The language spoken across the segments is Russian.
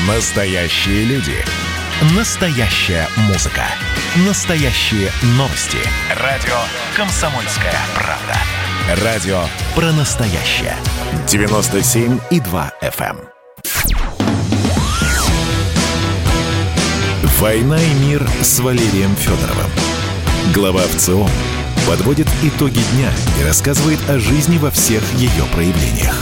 Настоящие люди. Настоящая музыка. Настоящие новости. Радио «Комсомольская правда». Радио про настоящее. 97,2 FM. «Война и мир» с Валерием Федоровым. Глава ВЦИОМ подводит итоги дня и рассказывает о жизни во всех ее проявлениях.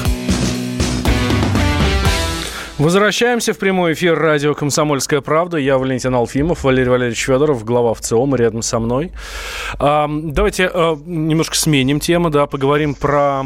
Возвращаемся в прямой эфир радио «Комсомольская правда». Я Валентин Алфимов, Валерий Валерьевич Федоров, глава ВЦИОМа, рядом со мной. Давайте немножко сменим тему, да, поговорим про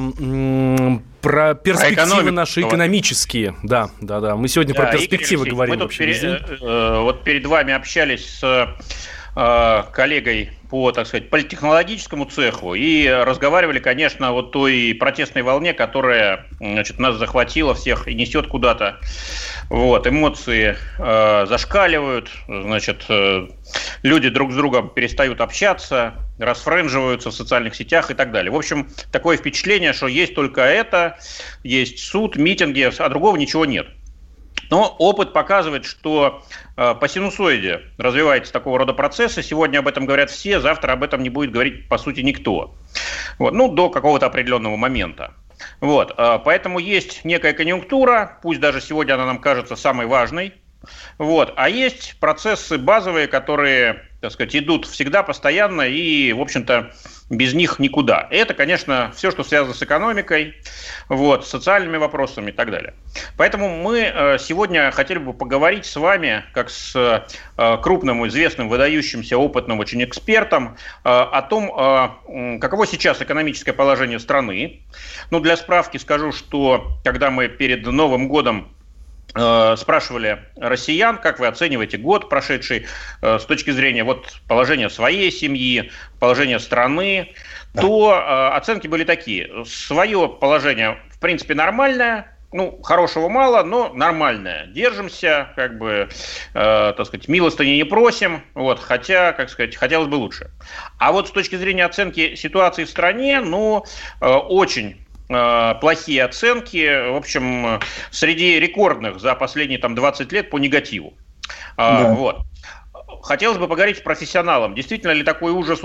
перспективы наши экономические. Да. Мы сегодня про перспективы говорим. Мы тут перед вами общались с коллегой по, так сказать, политтехнологическому цеху и разговаривали, конечно, о той протестной волне, которая, значит, нас захватила всех и несет куда-то. Эмоции зашкаливают, значит, люди друг с другом перестают общаться, расфренживаются в социальных сетях и так далее. В общем, такое впечатление, что есть только это, есть суд, митинги, а другого ничего нет. Но опыт показывает, что по синусоиде развиваются такого рода процессы. Сегодня об этом говорят все, завтра об этом не будет говорить, по сути, никто. До какого-то определенного момента. Поэтому есть некая конъюнктура, пусть даже сегодня она нам кажется самой важной. А есть процессы базовые, которые, так сказать, идут всегда, постоянно и, в общем-то, без них никуда. Это, конечно, все, что связано с экономикой, с социальными вопросами и так далее. Поэтому мы сегодня хотели бы поговорить с вами, как с крупным, известным, выдающимся, опытным очень экспертом, о том, каково сейчас экономическое положение страны. Для справки скажу, что когда мы перед Новым годом спрашивали россиян, как вы оцениваете год прошедший с точки зрения положения своей семьи, положения страны, то оценки были такие. Свое положение, в принципе, нормальное, хорошего мало, но нормальное. Держимся, так сказать, милостыни не просим, хотя, как сказать, хотелось бы лучше. А с точки зрения оценки ситуации в стране, очень плохие оценки, в общем, среди рекордных за последние 20 лет по негативу. Да. Хотелось бы поговорить с профессионалом. Действительно ли такой ужас?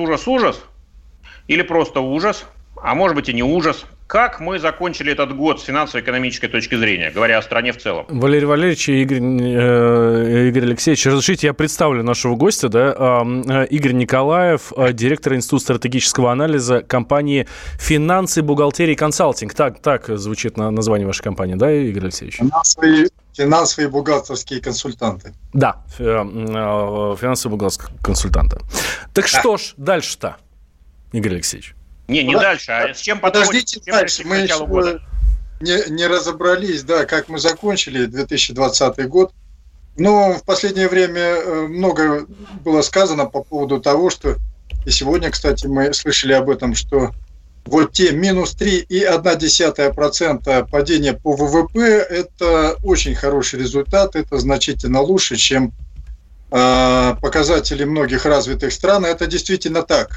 Или просто ужас? А может быть и не ужас? Как мы закончили этот год с финансово-экономической точки зрения, говоря о стране в целом? Валерий Валерьевич и Игорь Алексеевич, разрешите, я представлю нашего гостя, Игорь Николаев, директор Института стратегического анализа компании «Финансы, бухгалтерия и консалтинг». Так звучит название вашей компании, да, Игорь Алексеевич? Финансовые и бухгалтерские консультанты. Да, финансовые бухгалтерские консультанты. Так что ж дальше-то, Игорь Алексеевич? Не дальше, а с чем подождите дальше, мы еще не разобрались, как мы закончили 2020 год. Но в последнее время много было сказано по поводу того, что, и сегодня, кстати, мы слышали об этом, что те минус 3,1% падения по ВВП, это очень хороший результат, это значительно лучше, чем показатели многих развитых стран. Это действительно так.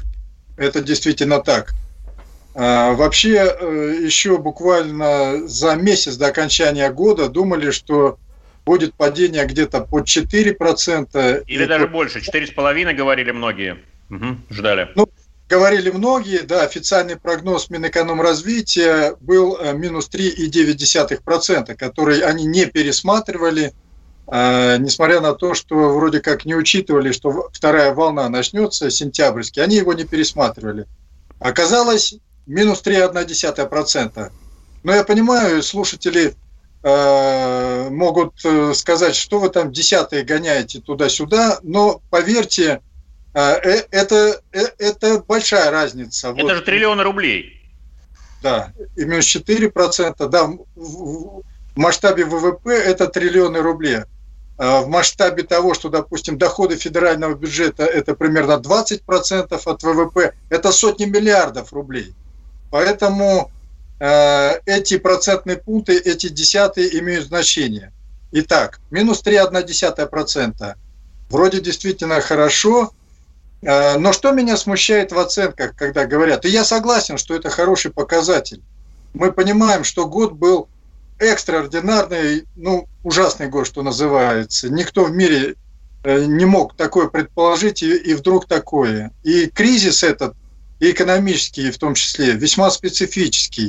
Вообще, еще буквально за месяц до окончания года думали, что будет падение где-то под 4%. Или даже больше, 4,5% говорили многие. Ждали. Говорили многие, официальный прогноз Минэкономразвития был минус 3,9%, который они не пересматривали, несмотря на то, что вроде как не учитывали, что вторая волна начнется сентябрьский, они его не пересматривали. Оказалось, минус 3,1%. Но я понимаю, слушатели могут сказать, что вы там десятые гоняете туда-сюда, но поверьте, это большая разница. Это же триллионы рублей. Да, и минус 4%, в масштабе ВВП это триллионы рублей. В масштабе того, что, допустим, доходы федерального бюджета это примерно 20% от ВВП, это сотни миллиардов рублей. Поэтому эти процентные пункты, эти десятые имеют значение. Итак, минус 3,1%. Вроде действительно хорошо, но что меня смущает в оценках, когда говорят, и я согласен, что это хороший показатель. Мы понимаем, что год был экстраординарный, ужасный год, что называется. Никто в мире не мог такое предположить, и вдруг такое. И кризис этот, и экономический в том числе, весьма специфический.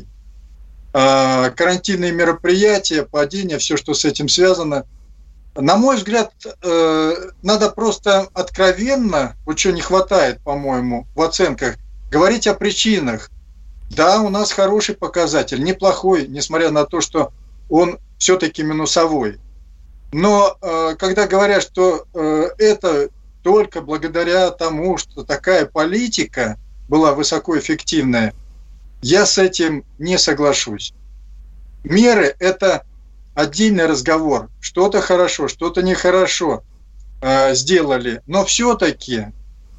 Карантинные мероприятия, падение, все, что с этим связано. На мой взгляд, надо просто откровенно, вот что не хватает, по-моему, в оценках, говорить о причинах. Да, у нас хороший показатель, неплохой, несмотря на то, что он все-таки минусовой. Но когда говорят, что это только благодаря тому, что такая политика была высокоэффективная, я с этим не соглашусь. Меры – это отдельный разговор. Что-то хорошо, что-то нехорошо сделали. Но все-таки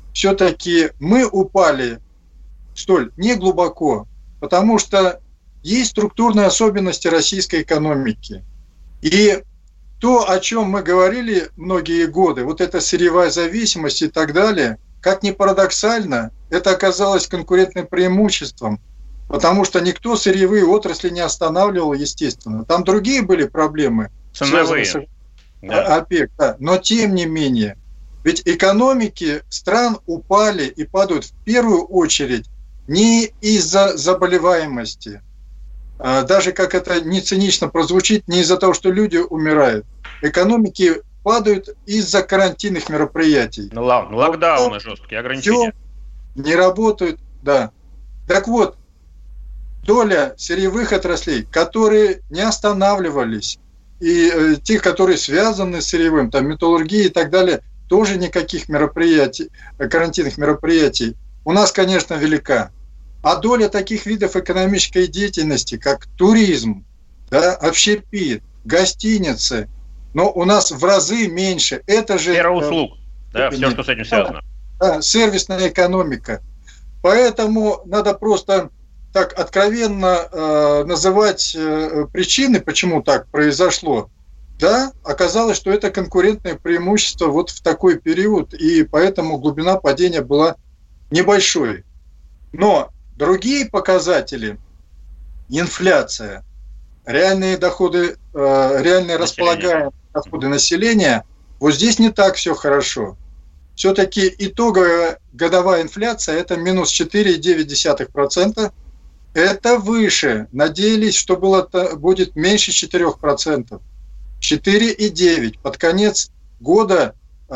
мы упали столь неглубоко, потому что есть структурные особенности российской экономики. И то, о чем мы говорили многие годы, вот эта сырьевая зависимость и так далее, как ни парадоксально, это оказалось конкурентным преимуществом, потому что никто сырьевые отрасли не останавливал, естественно. Там другие были проблемы. Ценовые. ОПЕК, да. Но тем не менее, ведь экономики стран упали и падают в первую очередь не из-за заболеваемости, даже как это не цинично прозвучит, не из-за того, что люди умирают. Экономики падают из-за карантинных мероприятий. Локдауны жесткие, ограничения. Все не работают, да. Так вот, доля сырьевых отраслей, которые не останавливались, и тех, которые связаны с сырьевым, там металлургия и так далее, тоже никаких мероприятий, карантинных мероприятий у нас, конечно, велика. А доля таких видов экономической деятельности, как туризм, да, общепит, гостиницы, но у нас в разы меньше. Это же... Сфера услуг, да, все, что с этим связано. Да, сервисная экономика. Поэтому надо просто так откровенно называть причины, почему так произошло. Да, оказалось, что это конкурентное преимущество вот в такой период, и поэтому глубина падения была небольшой. Но другие показатели, инфляция, реальные доходы, реальные располагаемые доходы населения, вот здесь не так все хорошо. Все-таки итоговая годовая инфляция – это минус 4,9%. Это выше. Надеялись, что будет меньше 4%. 4,9%. Под конец года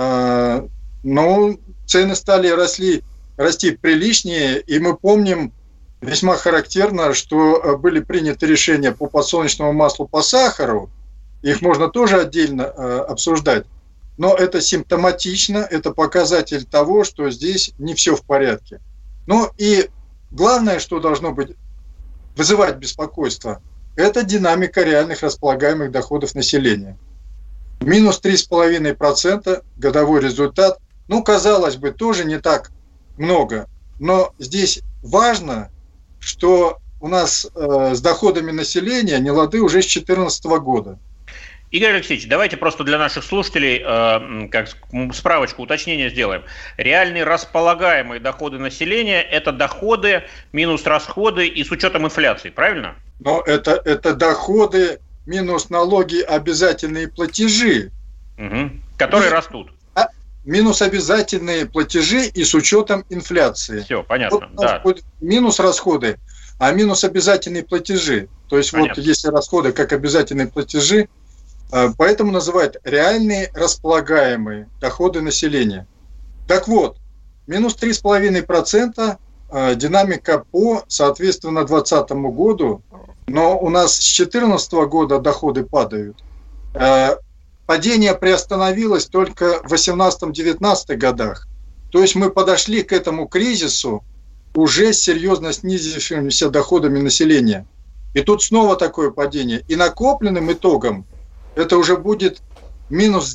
цены стали расти приличнее, и мы помним весьма характерно, что были приняты решения по подсолнечному маслу, по сахару. Их можно тоже отдельно обсуждать. Но это симптоматично, это показатель того, что здесь не все в порядке. Ну и главное, что должно быть вызывать беспокойство, это динамика реальных располагаемых доходов населения. Минус 3,5% годовой результат. Ну, казалось бы, тоже не так много. Но здесь важно, что у нас с доходами населения нелады уже с 2014 года. Игорь Алексеевич, давайте просто для наших слушателей как справочку, уточнение сделаем. Реальные располагаемые доходы населения – это доходы минус расходы и с учетом инфляции, правильно? Но это доходы минус налоги, обязательные платежи. Которые растут. Минус обязательные платежи и с учетом инфляции. Все, понятно. Вот да. Минус расходы, а минус обязательные платежи. То есть понятно. Вот если расходы как обязательные платежи, поэтому называют реальные располагаемые доходы населения. Так вот, минус 3,5% динамика по, соответственно, 2020 году, но у нас с 2014 года доходы падают. Падение приостановилось только в 2018-2019 годах. То есть мы подошли к этому кризису уже с серьезно снизившимися доходами населения. И тут снова такое падение. И накопленным итогом это уже будет минус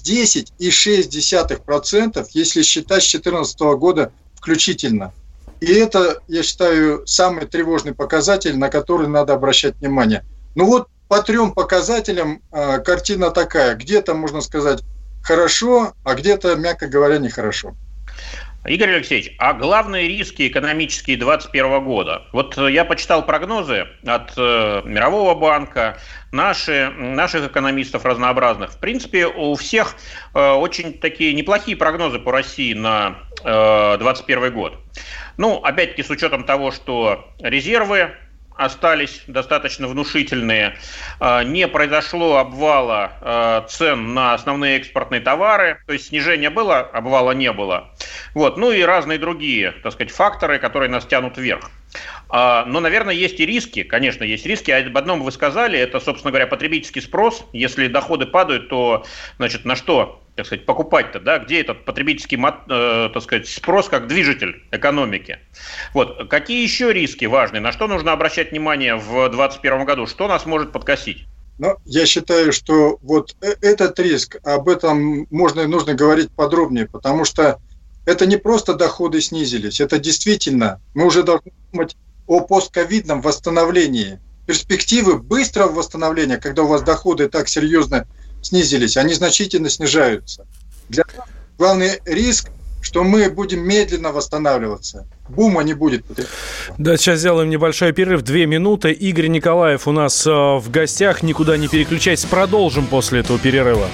10,6%, если считать с 2014 года включительно. И это, я считаю, самый тревожный показатель, на который надо обращать внимание. Ну вот по трем показателям картина такая. Где-то, можно сказать, хорошо, а где-то, мягко говоря, нехорошо. Игорь Алексеевич, а главные риски экономические 2021 года? Вот я почитал прогнозы от Мирового банка, наших экономистов разнообразных. В принципе, у всех очень такие неплохие прогнозы по России на 2021 год. Ну, опять-таки, с учетом того, что резервы остались достаточно внушительные, не произошло обвала цен на основные экспортные товары, то есть снижение было, обвала не было. Вот. Ну и разные другие, так сказать, факторы, которые нас тянут вверх. Но, наверное, есть и риски, конечно, есть риски. Об одном вы сказали, это, собственно говоря, потребительский спрос. Если доходы падают, то, значит, на что, так сказать, покупать-то, да? Где этот потребительский, так сказать, спрос как движитель экономики? Вот. Какие еще риски важные? На что нужно обращать внимание в 2021 году? Что нас может подкосить? Ну, я считаю, что вот этот риск, об этом можно и нужно говорить подробнее, потому что это не просто доходы снизились, это действительно, мы уже должны думать о постковидном восстановлении. Перспективы быстрого восстановления, когда у вас доходы так серьезно снизились, они значительно снижаются. Для нас главный риск, что мы будем медленно восстанавливаться. Бума не будет. Да, сейчас сделаем небольшой перерыв, 2 минуты. Игорь Николаев у нас в гостях. Никуда не переключайтесь, продолжим после этого перерыва.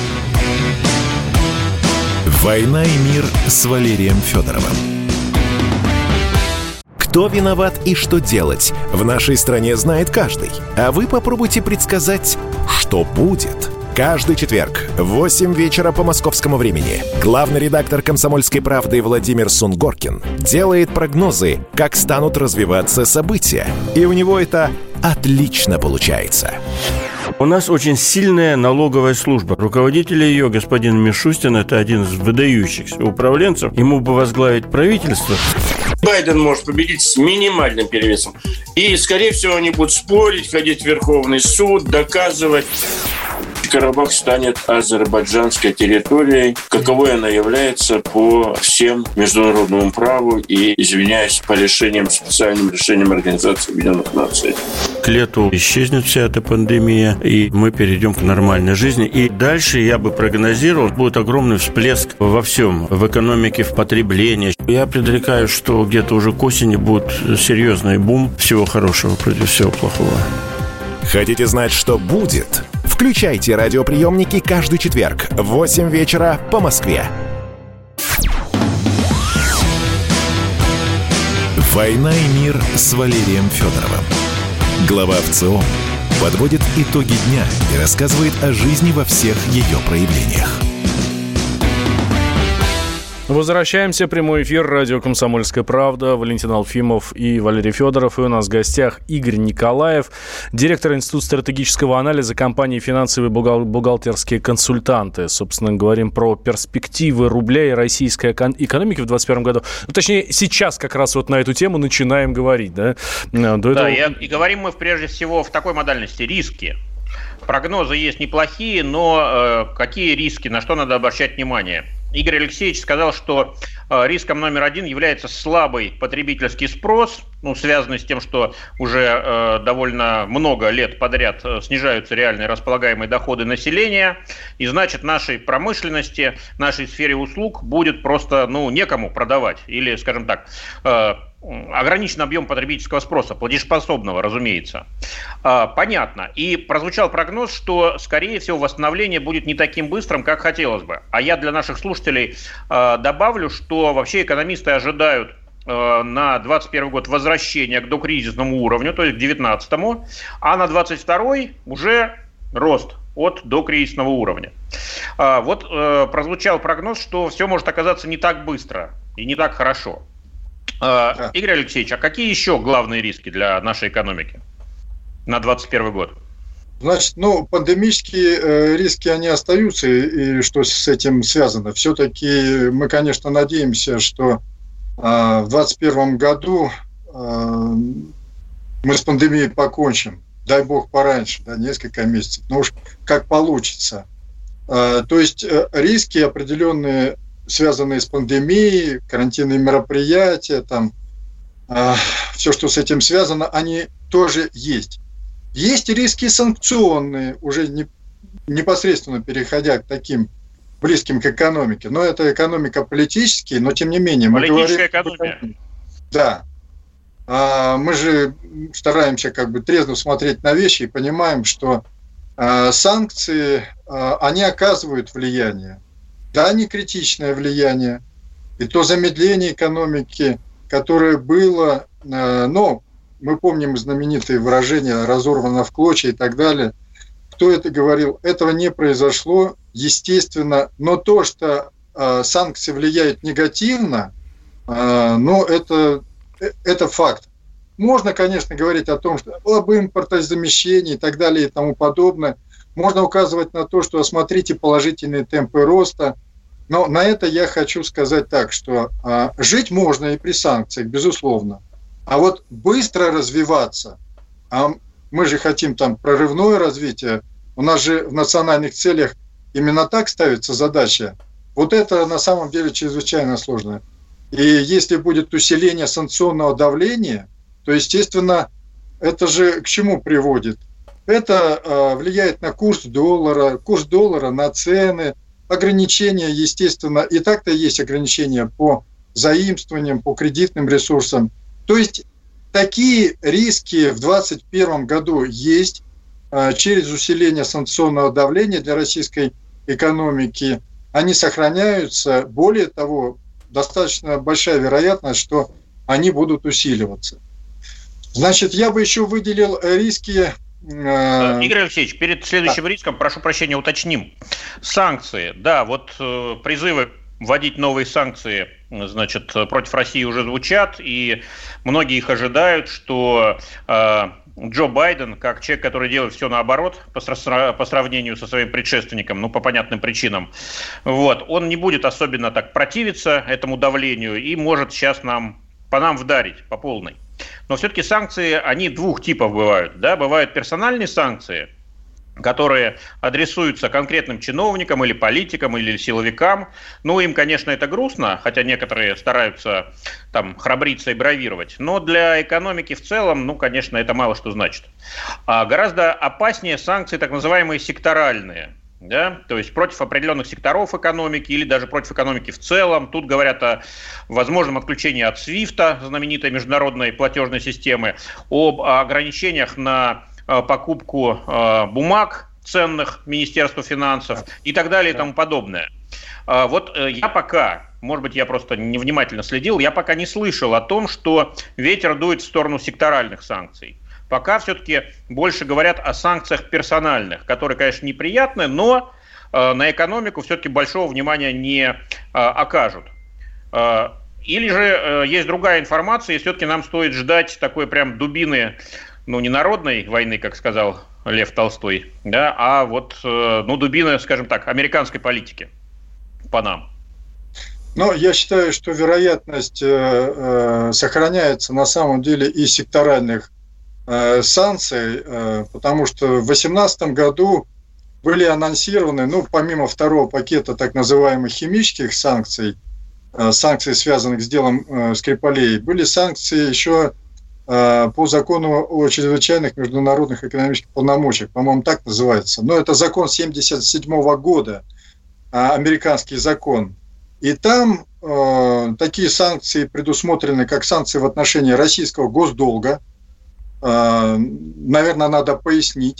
«Война и мир» с Валерием Федоровым. Кто виноват и что делать, в нашей стране знает каждый. А вы попробуйте предсказать, что будет. Каждый четверг в 8 вечера по московскому времени главный редактор «Комсомольской правды» Владимир Сунгоркин делает прогнозы, как станут развиваться события. И у него это отлично получается. У нас очень сильная налоговая служба. Руководитель ее, господин Мишустин, это один из выдающихся управленцев. Ему бы возглавить правительство. Байден может победить с минимальным перевесом. И, скорее всего, они будут спорить, ходить в Верховный суд, доказывать. Карабах станет азербайджанской территорией, каковой она является по всем международному праву и, извиняюсь, по специальным решениям Организации Объединенных Наций. К лету исчезнет вся эта пандемия, и мы перейдем к нормальной жизни. И дальше, я бы прогнозировал, будет огромный всплеск во всем, в экономике, в потреблении. Я предрекаю, что где-то уже к осени будет серьезный бум всего хорошего против всего плохого. Хотите знать, что будет? Включайте радиоприемники каждый четверг в 8 вечера по Москве. «Война и мир» с Валерием Федоровым. Глава ВЦИОМ подводит итоги дня и рассказывает о жизни во всех ее проявлениях. Возвращаемся. Прямой эфир. Радио «Комсомольская правда». Валентин Алфимов и Валерий Федоров. И у нас в гостях Игорь Николаев, директор Института стратегического анализа компании «Финансовые бухгалтерские консультанты». Собственно, говорим про перспективы рубля и российской экономики в 2021 году. Ну, точнее, сейчас как раз вот на эту тему начинаем говорить. Да, и говорим мы прежде всего в такой модальности. Риски. Прогнозы есть неплохие, но какие риски, на что надо обращать внимание? Игорь Алексеевич сказал, что риском номер один является слабый потребительский спрос, связанный с тем, что уже довольно много лет подряд снижаются реальные располагаемые доходы населения, и значит нашей промышленности, нашей сфере услуг будет просто некому продавать, или, скажем так, ограничен объем потребительского спроса, платежеспособного, разумеется. Понятно. И прозвучал прогноз, что, скорее всего, восстановление будет не таким быстрым, как хотелось бы. А я для наших слушателей добавлю, что вообще экономисты ожидают на 2021 год возвращения к докризисному уровню, то есть к 2019, а на 2022 уже рост от докризисного уровня. Вот прозвучал прогноз, что все может оказаться не так быстро и не так хорошо. Игорь Алексеевич, а какие еще главные риски для нашей экономики на 2021 год? Значит, пандемические риски, они остаются, и что с этим связано? Все-таки мы, конечно, надеемся, что в 2021 году мы с пандемией покончим. Дай бог пораньше, несколько месяцев, но уж как получится. То есть риски определенные, связанные с пандемией, карантинные мероприятия, все, что с этим связано, они тоже есть. Есть риски санкционные, уже непосредственно переходя к таким близким к экономике. Но это экономика политическая, но тем не менее. Политическая экономия. Да. Мы же стараемся как бы трезво смотреть на вещи и понимаем, что санкции, они оказывают влияние. Да, не критичное влияние. И то замедление экономики, которое было, но мы помним знаменитые выражения «разорвано в клочья» и так далее. Кто это говорил? Этого не произошло, естественно. Но то, что санкции влияют негативно, но это факт. Можно, конечно, говорить о том, что об импортозамещении и так далее и тому подобное. Можно указывать на то, что смотрите положительные темпы роста. Но на это я хочу сказать так, что жить можно и при санкциях, безусловно. А вот быстро развиваться, а мы же хотим там прорывное развитие, у нас же в национальных целях именно так ставится задача. Вот это на самом деле чрезвычайно сложно. И если будет усиление санкционного давления, то, естественно, это же к чему приводит? Это влияет на курс доллара, на цены, ограничения, естественно, и так-то есть ограничения по заимствованиям, по кредитным ресурсам. То есть такие риски в 2021 году есть через усиление санкционного давления для российской экономики. Они сохраняются. Более того, достаточно большая вероятность, что они будут усиливаться. Значит, я бы еще выделил риски... Игорь Алексеевич, перед следующим риском, прошу прощения, уточним. Санкции. Да, вот призывы вводить новые санкции, значит, против России уже звучат, и многие их ожидают, что Джо Байден, как человек, который делает все наоборот по сравнению со своим предшественником, ну, по понятным причинам, вот, он не будет особенно так противиться этому давлению и может сейчас по нам вдарить по полной. Но все-таки санкции, они двух типов бывают. Да? Бывают персональные санкции, которые адресуются конкретным чиновникам или политикам или силовикам. Ну, им, конечно, это грустно, хотя некоторые стараются там храбриться и бравировать. Но для экономики в целом, ну, конечно, это мало что значит. А гораздо опаснее санкции так называемые секторальные. Да? То есть против определенных секторов экономики или даже против экономики в целом. Тут говорят о возможном отключении от SWIFT, знаменитой международной платежной системы, об ограничениях на покупку бумаг ценных Министерства финансов и так далее и тому подобное. Вот я пока, может быть, я просто невнимательно следил, я пока не слышал о том, что ветер дует в сторону секторальных санкций. Пока все-таки больше говорят о санкциях персональных, которые, конечно, неприятны, но на экономику все-таки большого внимания не окажут. Или же есть другая информация, и все-таки нам стоит ждать такой прям дубины, ну, не народной войны, как сказал Лев Толстой, да, а вот, ну, дубины, скажем так, американской политики по нам. Ну, я считаю, что вероятность сохраняется на самом деле и секторальных санкций, потому что в 2018 году были анонсированы, ну, помимо второго пакета так называемых химических санкций, связанных с делом Скрипалей, были санкции еще по закону о чрезвычайных международных экономических полномочиях, по-моему, так называется. Но это закон 1977 года, американский закон. И там такие санкции предусмотрены, как санкции в отношении российского госдолга. Наверное, надо пояснить.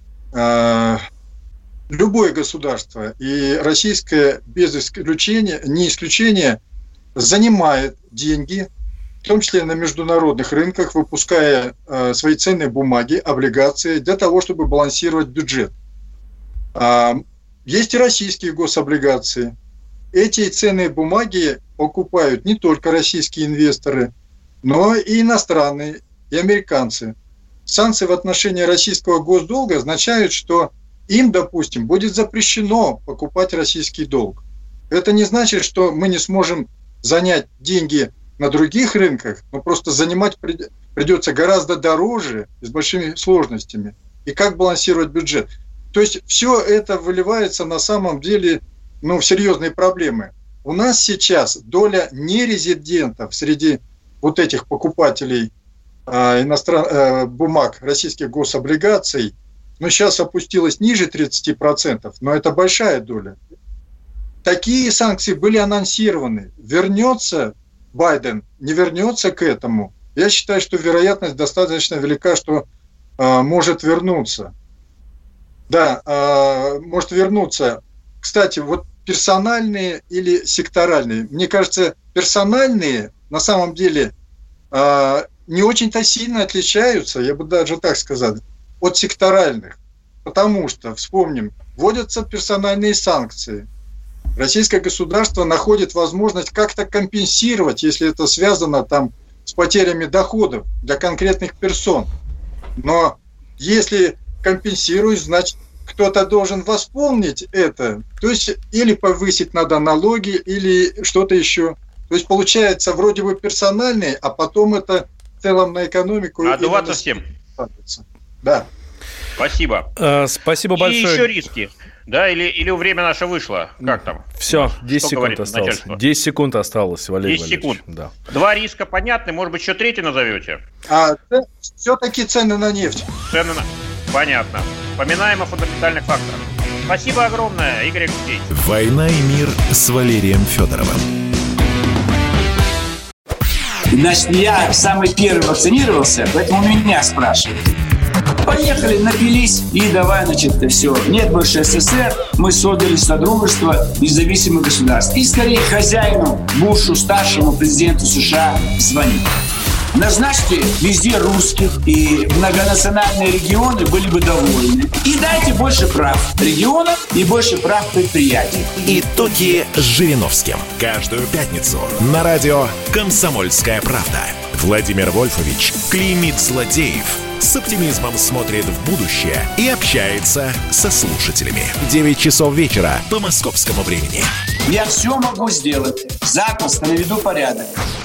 Любое государство, и российское без исключения, не исключение, занимает деньги, в том числе на международных рынках, выпуская свои ценные бумаги, облигации, для того, чтобы балансировать бюджет. Есть и российские гособлигации. Эти ценные бумаги покупают не только российские инвесторы, но и иностранные, и американцы. Санкции в отношении российского госдолга означают, что им, допустим, будет запрещено покупать российский долг. Это не значит, что мы не сможем занять деньги на других рынках, но просто занимать придется гораздо дороже и с большими сложностями. И как балансировать бюджет? То есть все это выливается на самом деле в серьезные проблемы. У нас сейчас доля нерезидентов среди вот этих покупателей бумаг, российских гособлигаций, сейчас опустилась ниже 30%, но это большая доля. такие санкции были анонсированы. Вернется Байден, не вернется к этому. Я считаю, что вероятность достаточно велика, что может вернуться. Да, может вернуться. Кстати, вот персональные или секторальные. Мне кажется, персональные на самом деле не очень-то сильно отличаются, я бы даже так сказал, от секторальных. Потому что, вспомним, вводятся персональные санкции. Российское государство находит возможность как-то компенсировать, если это связано там с потерями доходов для конкретных персон. Но если компенсируют, значит, кто-то должен восполнить это. То есть или повысить надо налоги, или что-то еще. То есть получается вроде бы персональные, а потом это в целом на экономику. Отдуваться всем. Да. Спасибо. Спасибо большое. И еще риски. Да, или время наше вышло. Как там? Все, 10 секунд осталось. Начальство? 10 секунд осталось, Валерий 10 секунд. Да. 2 риска понятны, может быть, еще третий назовете? Все-таки цены на нефть. Понятно. Вспоминаем о фундаментальных факторах. Спасибо огромное, Игорь Алексеевич. «Война и мир» с Валерием Федоровым. Значит, я самый первый вакцинировался, поэтому меня спрашивают. Поехали, напились и давай, значит, все. Нет больше СССР, мы создали Содружество независимых государств. И скорее хозяину Бушу, старшему президенту США, звонить. Назначьте везде русских, и многонациональные регионы были бы довольны. И дайте больше прав регионам и больше прав предприятий. Итоги с Жириновским. Каждую пятницу на радио «Комсомольская правда». Владимир Вольфович клеймит злодеев, с оптимизмом смотрит в будущее и общается со слушателями. 9 часов вечера по московскому времени. Я все могу сделать. Запросто наведу порядок.